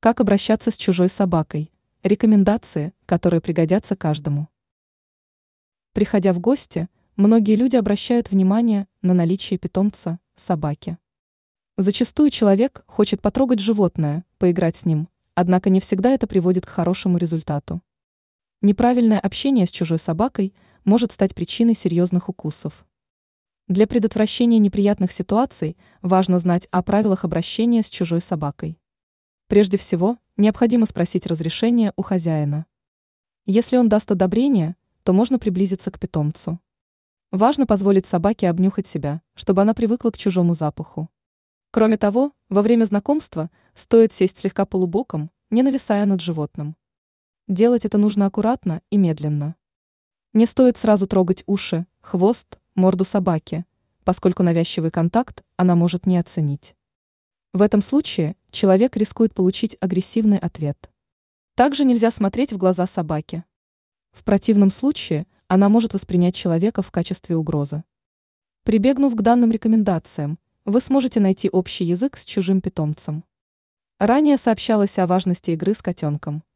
Как обращаться с чужой собакой? Рекомендации, которые пригодятся каждому. Приходя в гости, многие люди обращают внимание на наличие питомца, собаки. Зачастую человек хочет потрогать животное, поиграть с ним, однако не всегда это приводит к хорошему результату. Неправильное общение с чужой собакой может стать причиной серьезных укусов. Для предотвращения неприятных ситуаций важно знать о правилах обращения с чужой собакой. Прежде всего, необходимо спросить разрешение у хозяина. Если он даст одобрение, то можно приблизиться к питомцу. Важно позволить собаке обнюхать себя, чтобы она привыкла к чужому запаху. Кроме того, во время знакомства стоит сесть слегка полубоком, не нависая над животным. Делать это нужно аккуратно и медленно. Не стоит сразу трогать уши, хвост, морду собаки, поскольку навязчивый контакт она может не оценить. В этом случае человек рискует получить агрессивный ответ. Также нельзя смотреть в глаза собаке. В противном случае она может воспринять человека в качестве угрозы. Прибегнув к данным рекомендациям, вы сможете найти общий язык с чужим питомцем. Ранее сообщалось о важности игры с котенком.